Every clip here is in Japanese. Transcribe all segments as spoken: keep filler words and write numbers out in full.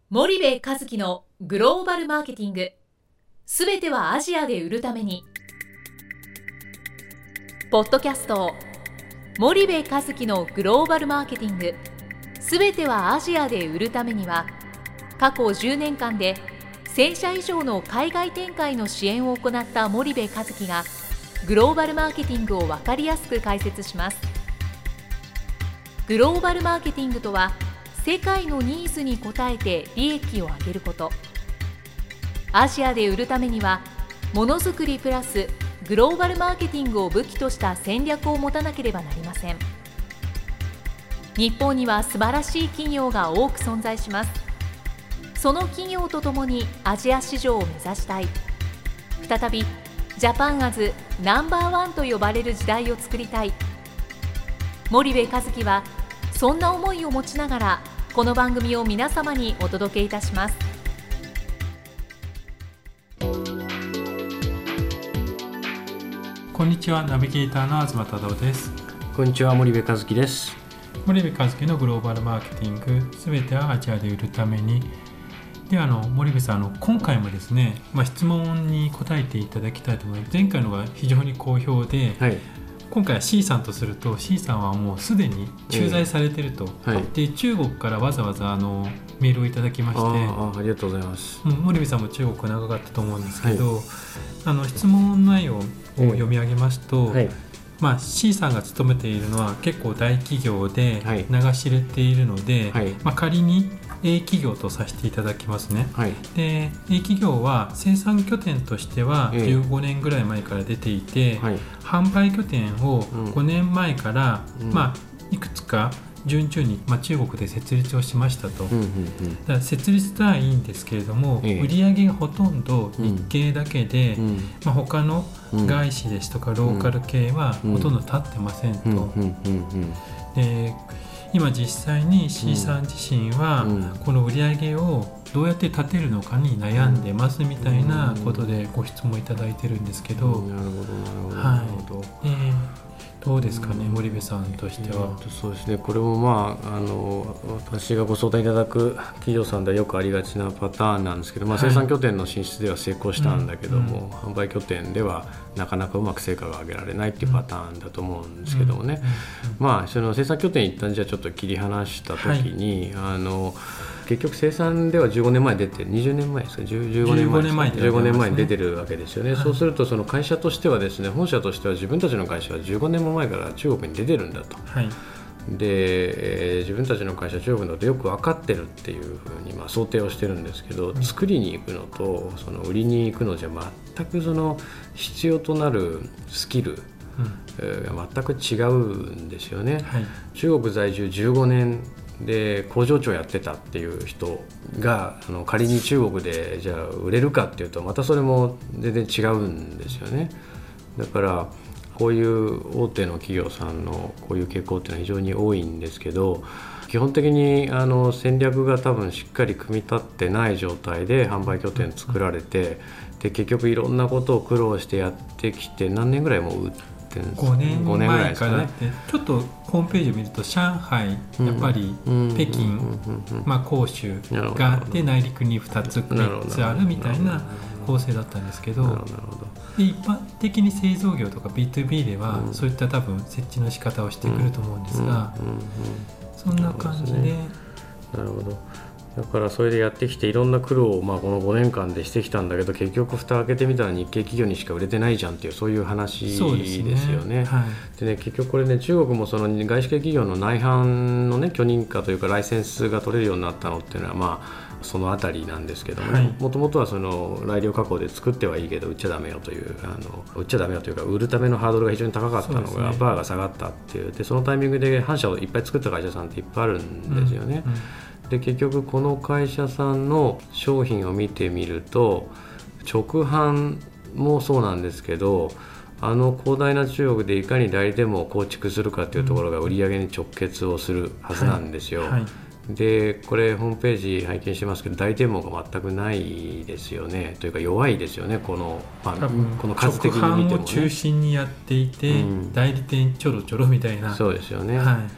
森部一樹のグローバルマーケティング、すべてはアジアで売るために。ポッドキャスト森部一樹のグローバルマーケティング、すべてはアジアで売るためには、過去じゅうねんかんでせんしゃ以上の海外展開の支援を行った森部一樹がグローバルマーケティングを分かりやすく解説します。グローバルマーケティングとは、世界のニーズに応えて利益を上げること。アジアで売るためには、ものづくりプラスグローバルマーケティングを武器とした戦略を持たなければなりません。日本には素晴らしい企業が多く存在します。その企業とともにアジア市場を目指したい。再びジャパンアズナンバーワンと呼ばれる時代を作りたい。森部一樹はそんな思いを持ちながら、この番組を皆様にお届けいたします。 こんにちは、ナビゲーターの東忠夫です。 こんにちは、森部一樹です。 森部一樹のグローバルマーケティング、すべてはアジアで売るために。ではあの森部さん、あの今回もですね、まあ、質問に答えていただきたいと思います。前回のが非常に好評で、はい、今回は C さんとすると C さんはもうすでに駐在されていると、えーはい、で中国からわざわざあのメールをいただきまして、 あ, あ, ありがとうございます、 うん、森部さんも中国長かったと思うんですけど、はい、あの質問内容を読み上げますと、はい、まあ、C さんが勤めているのは結構大企業で名が知れているので、はい、まあ、仮にA 企業とさせていただきますね、はい、で A 企業は生産拠点としてはじゅうごねんぐらい前から出ていて、はい、販売拠点をごねんまえから、うん、まあ、いくつか順々に、まあ、中国で設立をしましたと、うんうんうん、だから設立はいいんですけれども、ええ、売上がほとんど日系だけで、うん、まあ、他の外資ですとかローカル系はほとんど立ってませんと。で今実際に C さん自身はこの売り上げをどうやって立てるのかに悩んでますみたいなことでご質問いただいてるんですけど、 なるほどなるほど、はい、 えー、どうですかね、森部さんとしては。 そうですね、これもまあ、あの私がご相談いただく企業さんではよくありがちなパターンなんですけど、まあ、生産拠点の進出では成功したんだけども、はい、うん、販売拠点ではなかなかうまく成果が上げられないっていうパターンだと思うんですけどもね、うんうんうん、まあ、その生産拠点一旦じゃあちょっと切り離した時に、はい、あの結局生産ではじゅうごねんまえに出てにじゅうねんまえですか、じゅうごねんまえですか、じゅうごねんまえに出てるわけですよね、はい、そうするとその会社としてはですね、本社としては自分たちの会社はじゅうごねんも前から中国に出てるんだと、はい、で、えー、自分たちの会社中国のことよく分かってるっていうふうにまあ想定をしてるんですけど、うん、作りに行くのとその売りに行くのじゃ全くその必要となるスキル、うん、えー、全く違うんですよね、はい、中国在住じゅうごねんで工場長やってたっていう人があの仮に中国でじゃあ売れるかっていうとまたそれも全然違うんですよね。だからこういう大手の企業さんのこういう傾向っていうのは非常に多いんですけど、基本的にあの戦略が多分しっかり組み立ってない状態で販売拠点作られて、で結局いろんなことを苦労してやってきて何年ぐらいもう売ってごねんまえからって、ちょっとホームページを見ると上海、やっぱり北京、まあ、広州があって内陸にふたつみっつあるみたいな構成だったんですけど、で一般的に製造業とか ビーツービー ではそういった多分設置の仕方をしてくると思うんですが、そんな感じで。 なるほど。だからそれでやってきていろんな苦労をまあこのごねんかんでしてきたんだけど、結局蓋開けてみたら日系企業にしか売れてないじゃんっていうそういう話ですよね。はい、でね、結局これね、中国もその外資系企業の内販のね許認可というかライセンスが取れるようになったのっていうのはまあそのあたりなんですけども、もともとはその来量加工で作ってはいいけど売っちゃダメよというあの売っちゃダメよというか売るためのハードルが非常に高かったのが、ね、バーが下がったっていうで、そのタイミングで反社をいっぱい作った会社さんっていっぱいあるんですよね。うんうん、で結局この会社さんの商品を見てみると直販もそうなんですけど、あの広大な中国でいかに代理店網を構築するかというところが売り上げに直結をするはずなんですよ。はいはい、でこれホームページ拝見してますけど代理店網が全くないですよね、というか弱いですよね、この、まあ、この数的に見ても、ね、 直販を中心にやっていて、うん、代理店ちょろちょろみたいな。 そうですよね。 はい、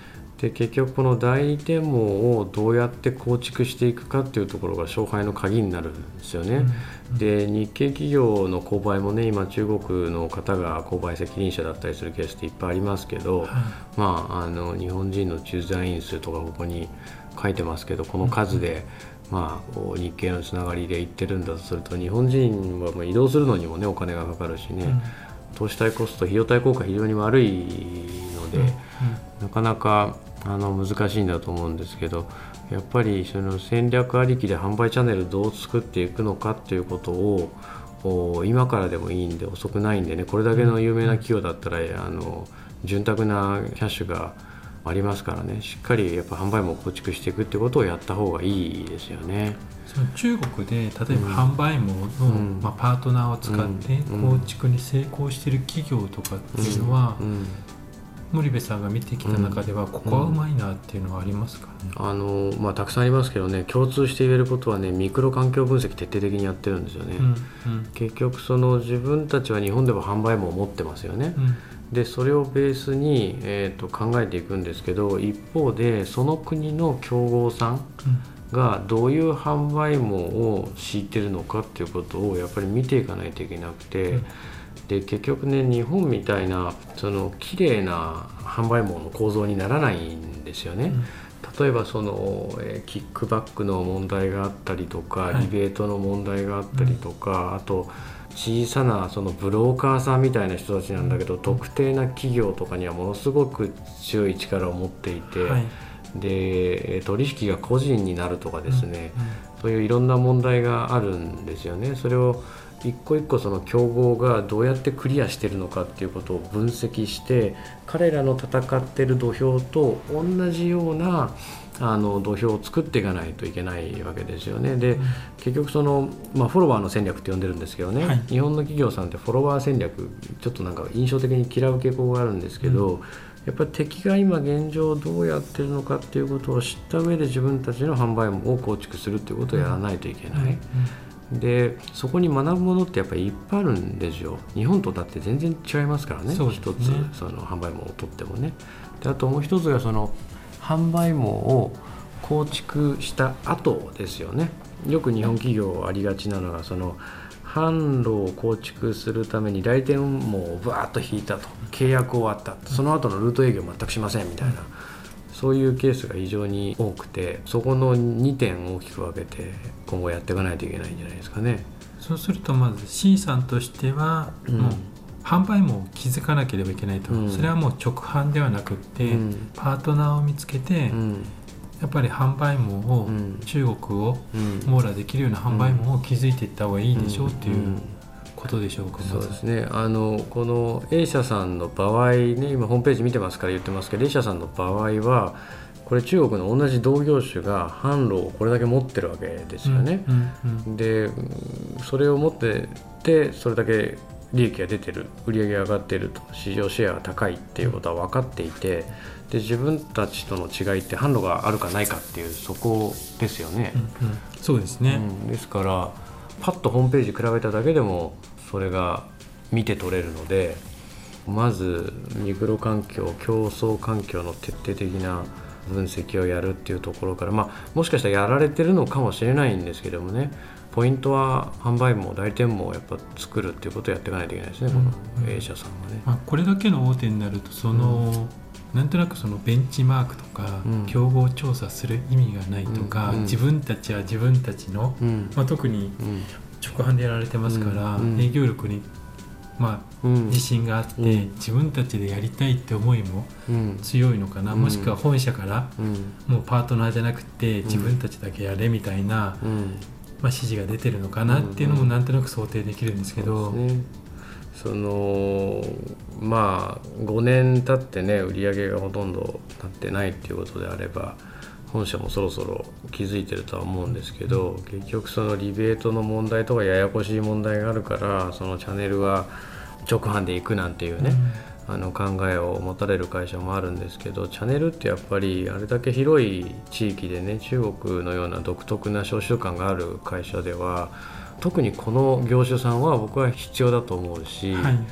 で結局この代理店網をどうやって構築していくかっていうところが勝敗の鍵になるんですよね、うんうん、で日系企業の購買もね今中国の方が購買責任者だったりするケースっていっぱいありますけど、はい、まあ、あの日本人の駐在員数とかここに書いてますけどこの数で、うん、まあ、日系のつながりで行ってるんだとすると日本人はもう移動するのにもねお金がかかるしね、うん、投資対コスト費用対効果非常に悪いので、うんうん、なかなかあの難しいんだと思うんですけどやっぱりその戦略ありきで販売チャンネルどう作っていくのかっていうことを今からでもいいんで遅くないんでねこれだけの有名な企業だったらあの潤沢なキャッシュがありますからねしっかりやっぱ販売も構築していくってことをやった方がいいですよね。 その中国で例えば販売網の、うんまあ、パートナーを使って構築に成功している企業とかっていうのは、うんうんうん森部さんが見てきた中ではここはうまいなっていうのはありますかね、 うんあのまあ、たくさんありますけどね共通して言えることはねミクロ環境分析徹底的にやってるんですよね、うんうん、結局その自分たちは日本でも販売網を持ってますよね、うん、でそれをベースに、えー、と考えていくんですけど一方でその国の競合さんがどういう販売網を敷いてるのかっていうことをやっぱり見ていかないといけなくて、うんで結局ね日本みたいなその綺麗な販売網の構造にならないんですよね、うん、例えばその、えー、キックバックの問題があったりとか、はい、リベートの問題があったりとか、うん、あと小さなそのブローカーさんみたいな人たちなんだけど、うん、特定な企業とかにはものすごく強い力を持っていて、はい、で取引が個人になるとかですね、うんうん、そういういろんな問題があるんですよね。それを一個一個その競合がどうやってクリアしてるのかっていうことを分析して彼らの戦ってる土俵と同じようなあの土俵を作っていかないといけないわけですよね。で、うん、結局その、まあ、フォロワーの戦略って呼んでるんですけどね、はい、日本の企業さんってフォロワー戦略ちょっとなんか印象的に嫌う傾向があるんですけど、うん、やっぱり敵が今現状どうやってるのかっていうことを知った上で自分たちの販売網を構築するっていうことをやらないといけない、うんうんでそこに学ぶものってやっぱりいっぱいあるんですよ。日本とだって全然違いますからね。一つその販売網を取ってもね。であともう一つがその販売網を構築した後ですよね。よく日本企業ありがちなのがその販路を構築するために代理店網をバーッと引いたと契約終わったその後のルート営業全くしませんみたいなそういうケースが非常に多くてそこのにてん大きく分けて今後やっていかないといけないんじゃないですかね。 そうするとまず C さんとしては、うん、もう販売網を築かなければいけないと、うん、それはもう直販ではなくって、うん、パートナーを見つけて、うん、やっぱり販売網を、うん、中国を網羅できるような販売網を築いていった方がいいでしょうっていう、うんことでしょうか。 そうですね。あのこの A 社さんの場合ね今ホームページ見てますから言ってますけど A 社さんの場合はこれ中国の同じ同業種が販路をこれだけ持ってるわけですよね、うんうんうん、でそれを持っててそれだけ利益が出てる売上が上がっていると市場シェアが高いっていうことは分かっていてで自分たちとの違いって販路があるかないかっていうそこですよね、 うんうん、そうですね、 うん、ですからパッとホームページ比べただけでもそれが見て取れるのでまずミクロ環境競争環境の徹底的な分析をやるっていうところから、まあ、もしかしたらやられてるのかもしれないんですけどもねポイントは販売網代理店網をやっぱ作るっていうことをやっていかないといけないですね、うん、この A 社さんはね、 まあ、これだけの大手になるとその、うん、なんとなくそのベンチマークとか、うん、競合調査する意味がないとか、うん、自分たちは自分たちの、うんまあ、特に直販でやられてますから、うん、営業力に、まあうん、自信があって、うん、自分たちでやりたいって思いも強いのかな、うん、もしくは本社から、うん、もうパートナーじゃなくて自分たちだけやれみたいな、うんまあ、指示が出てるのかなっていうのもなんとなく想定できるんですけど、 うんうん、そのまあごねん経ってね売り上げがほとんど経ってないっていうことであれば本社もそろそろ気づいてるとは思うんですけど結局そのリベートの問題とかややこしい問題があるからそのチャンネルは直販で行くなんていうね、うん、あの考えを持たれる会社もあるんですけどチャンネルってやっぱりあれだけ広い地域でね中国のような独特な商習慣がある会社では特にこの業種さんは僕は必要だと思うし、はい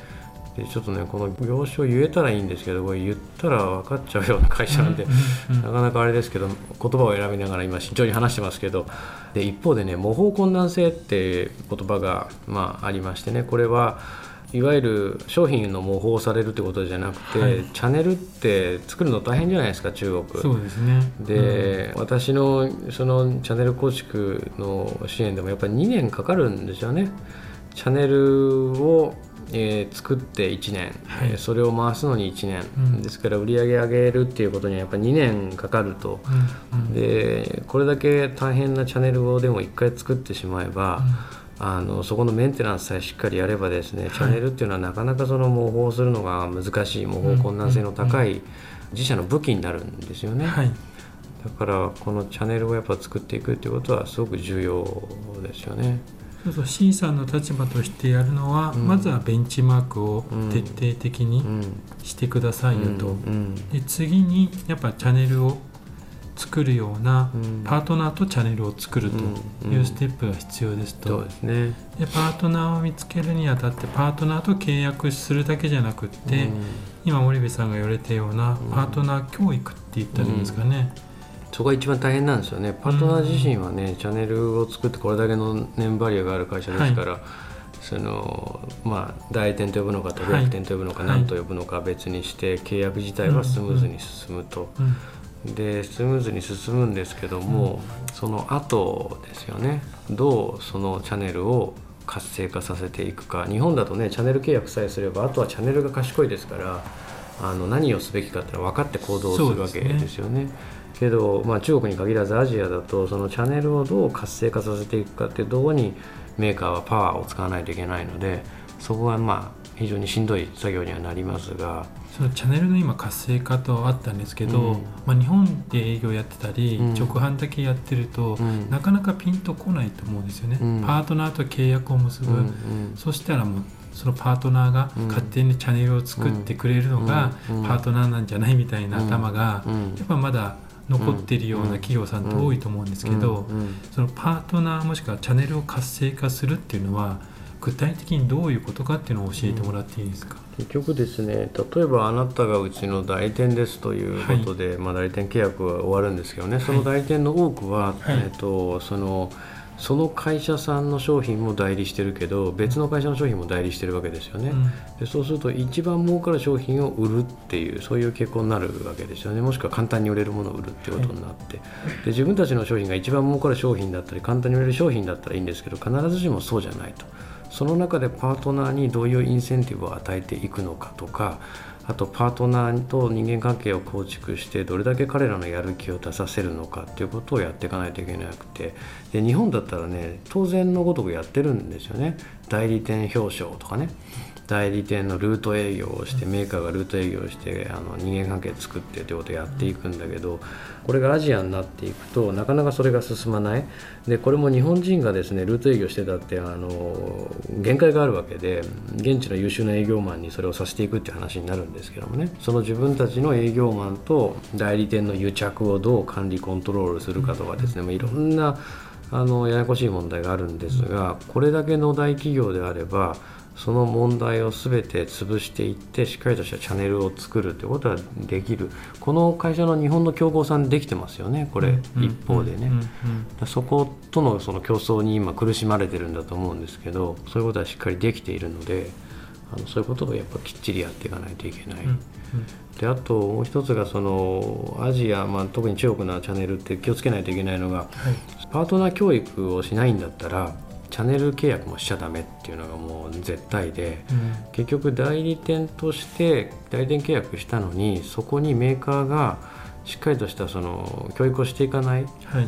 でちょっとねこの業種を言えたらいいんですけど、これ言ったら分かっちゃうような会社なんで、うんうんうん、なかなかあれですけど言葉を選びながら今慎重に話してますけど、で一方でね模倣困難性って言葉が、まあ、ありましてね、これはいわゆる商品の模倣されるってことじゃなくて、はい、チャンネルって作るの大変じゃないですか、中国。 そうですね。 で、うん、私のそのチャンネル構築の支援でもやっぱりにねんかかるんですよね。チャンネルをえー、作っていちねん、はい、それを回すのにいちねん、うん、ですから売り上げ上げるっていうことにはやっぱりにねんかかると、うんうん、でこれだけ大変なチャンネルをでもいっかい作ってしまえば、うん、あのそこのメンテナンスさえしっかりやればですね、はい、チャンネルっていうのはなかなかその模倣するのが難しい、模倣困難性の高い自社の武器になるんですよね、はい、だからこのチャンネルをやっぱ作っていくっていうことはすごく重要ですよね。 そうそう、 C さんの立場としてやるのは、うん、まずはベンチマークを徹底的にしてくださいよと、うんうん、で次にやっぱチャンネルを作るようなパートナーとチャンネルを作るというステップが必要ですと、 そうですね。 でパートナーを見つけるにあたってパートナーと契約するだけじゃなくって、うん、今森部さんが言われたようなパートナー教育って言ったらいいんですかね、うんそこが一番大変なんですよね。パートナー自身はね、うん、チャンネルを作ってこれだけのネームバリューがある会社ですから、はい、そのまあ、代理店と呼ぶのか特約店と呼ぶのか、はい、何と呼ぶのか別にして契約自体はスムーズに進むと、うんうん、でスムーズに進むんですけども、うん、その後ですよね、どうそのチャンネルを活性化させていくか。日本だとねチャンネル契約さえすればあとはチャンネルが賢いですから、あの何をすべきかってのは分かって行動するわけですよね。けど、まあ、中国に限らずアジアだとそのチャンネルをどう活性化させていくかってどこにメーカーはパワーを使わないといけないので、そこはまあ非常にしんどい作業にはなりますが、 そのチャンネルの今活性化とあったんですけど、うんまあ、日本で営業やってたり、うん、直販だけやってると、うん、なかなかピンとこないと思うんですよね、うん、パートナーと契約を結ぶ、うんうん、そしたらもうそのパートナーが勝手にチャンネルを作ってくれるのがパートナーなんじゃないみたいな頭がやっぱまだ残っているような企業さんって多いと思うんですけど、そのパートナーもしくはチャンネルを活性化するっていうのは具体的にどういうことかっていうのを教えてもらっていいですか。 結局ですね、例えばあなたがうちの代理店ですということで、はいまあ、代理店契約は終わるんですけどね、その代理店の多くは、はいえー、とそのその会社さんの商品も代理してるけど別の会社の商品も代理してるわけですよね、うん、でそうすると一番儲かる商品を売るっていうそういう傾向になるわけですよね。もしくは簡単に売れるものを売るっていうことになって、はい、で自分たちの商品が一番儲かる商品だったり簡単に売れる商品だったらいいんですけど、必ずしもそうじゃないと。その中でパートナーにどういうインセンティブを与えていくのかとか、あとパートナーと人間関係を構築してどれだけ彼らのやる気を出させるのかっていうことをやっていかないといけなくて、で日本だったらね当然のごとくやってるんですよね。代理店表彰とかね、代理店のルート営業をしてメーカーがルート営業してあの人間関係作ってということをやっていくんだけど、これがアジアになっていくとなかなかそれが進まない。でこれも日本人がですねルート営業してたってあの限界があるわけで、現地の優秀な営業マンにそれをさせていくっていう話になるんですけどもね、その自分たちの営業マンと代理店の癒着をどう管理コントロールするかとかですね、いろんなあのややこしい問題があるんですが、これだけの大企業であればその問題を全て潰していってしっかりとしたチャンネルを作るということはできる。この会社の日本の競合さんできてますよね、これ、うん、一方でね、うんうんうん、そことのその競争に今苦しまれてるんだと思うんですけど、そういうことはしっかりできているので、あのそういうことをやっぱきっちりやっていかないといけない、うんうん、であともう一つがそのアジア、まあ、特に中国のチャンネルって気をつけないといけないのが、はい、パートナー教育をしないんだったらチャンネル契約もしちゃダメっていうのがもう絶対で、うん、結局代理店として代理店契約したのにそこにメーカーがしっかりとしたその教育をしていかない、はい、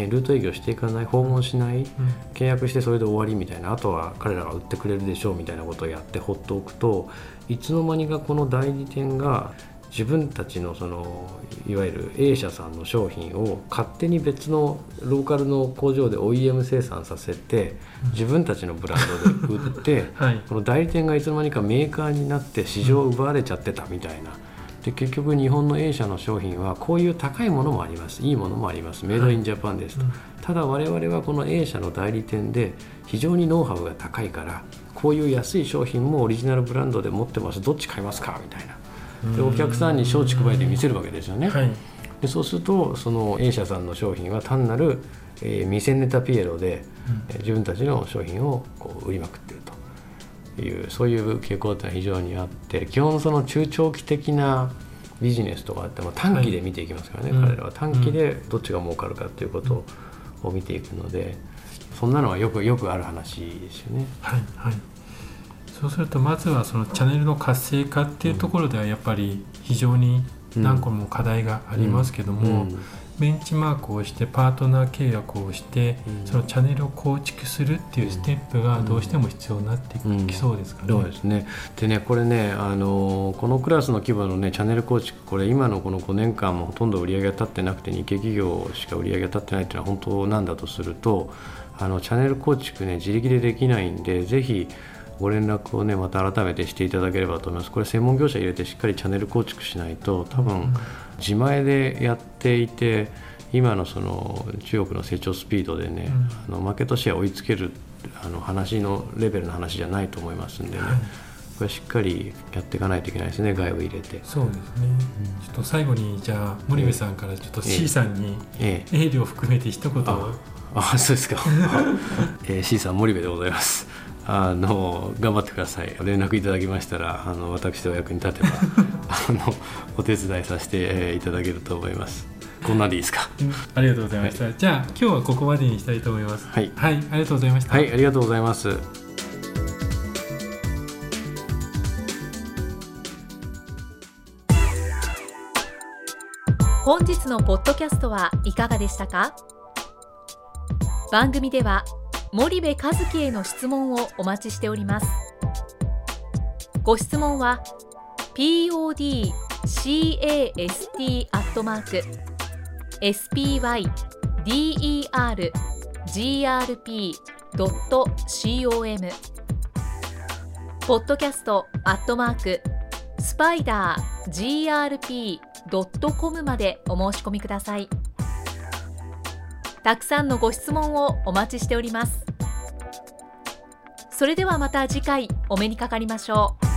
ルート営業していかない、訪問しない、うん、契約してそれで終わりみたいな、あとは彼らが売ってくれるでしょうみたいなことをやって放っておくと、いつの間にかこの代理店が自分たちのそのいわゆる A 社さんの商品を勝手に別のローカルの工場で オーイーエム 生産させて自分たちのブランドで売って、はい、この代理店がいつの間にかメーカーになって市場を奪われちゃってたみたいな、 で結局日本の A 社の商品はこういう高いものもあります、いいものもあります、メイドインジャパンですと、はい、ただ我々はこの A 社の代理店で非常にノウハウが高いからこういう安い商品もオリジナルブランドで持ってます、どっち買いますかみたいなでお客さんに松竹梅で見せるわけですよね、はい、でそうするとその A 社さんの商品は単なる、えー、見せネタピエロで、うん、自分たちの商品をこう売りまくっているというそういう傾向というのは非常にあって、基本その中長期的なビジネスとかあっても短期で見ていきますからね、はい、彼らは短期でどっちが儲かるかということを見ていくので、そんなのはよくよくある話ですよね。 はいはい、そうするとまずはそのチャンネルの活性化っていうところではやっぱり非常に何個も課題がありますけども、うんうん、ベンチマークをしてパートナー契約をして、うん、そのチャンネルを構築するっていうステップがどうしても必要になってきそうですかね。 そうですね。でね、これね、あのこのクラスの規模のねチャンネル構築、これ今のこのごねんかんもほとんど売り上げが立ってなくて日系企業しか売り上げが立ってないっていうのは本当なんだとすると、あのチャンネル構築ね自力でできないんで、ぜひご連絡をねまた改めてしていただければと思います。これ専門業者入れてしっかりチャンネル構築しないと多分自前でやっていて今のその中国の成長スピードでね、うん、あのマーケットシェア追いつけるあの話のレベルの話じゃないと思いますんでね、はい、これしっかりやっていかないといけないですね、外部入れて。 そうですね、うん、ちょっと最後にじゃあ森部さんからちょっと C さんにエールを含めて一言を、 ああそうですか、えー、C さん森部でございます。あの頑張ってください。連絡いただきましたらあの私でお役に立てばあのお手伝いさせて、えー、いただけると思います。こんなんでいいですか。 ありがとうございました、はい、じゃあ今日はここまでにしたいと思います。はい、はい、ありがとうございました。 はい、ありがとうございます。 本日のポッドキャストはいかがでしたか。番組では森部一樹への質問をお待ちしております。ご質問は ピーオーディーキャスト アットマーク エスピーワイディーイーアールジーアールピー ドット コム ポッドキャストアットマークスパイダー ジーアールピー ドット コム までお申し込みください。たくさんのご質問をお待ちしております。それではまた次回お目にかかりましょう。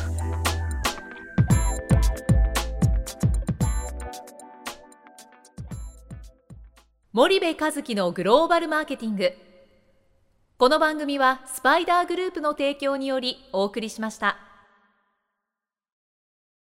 森部一樹のグローバルマーケティング。この番組はスパイダーグループの提供によりお送りしました。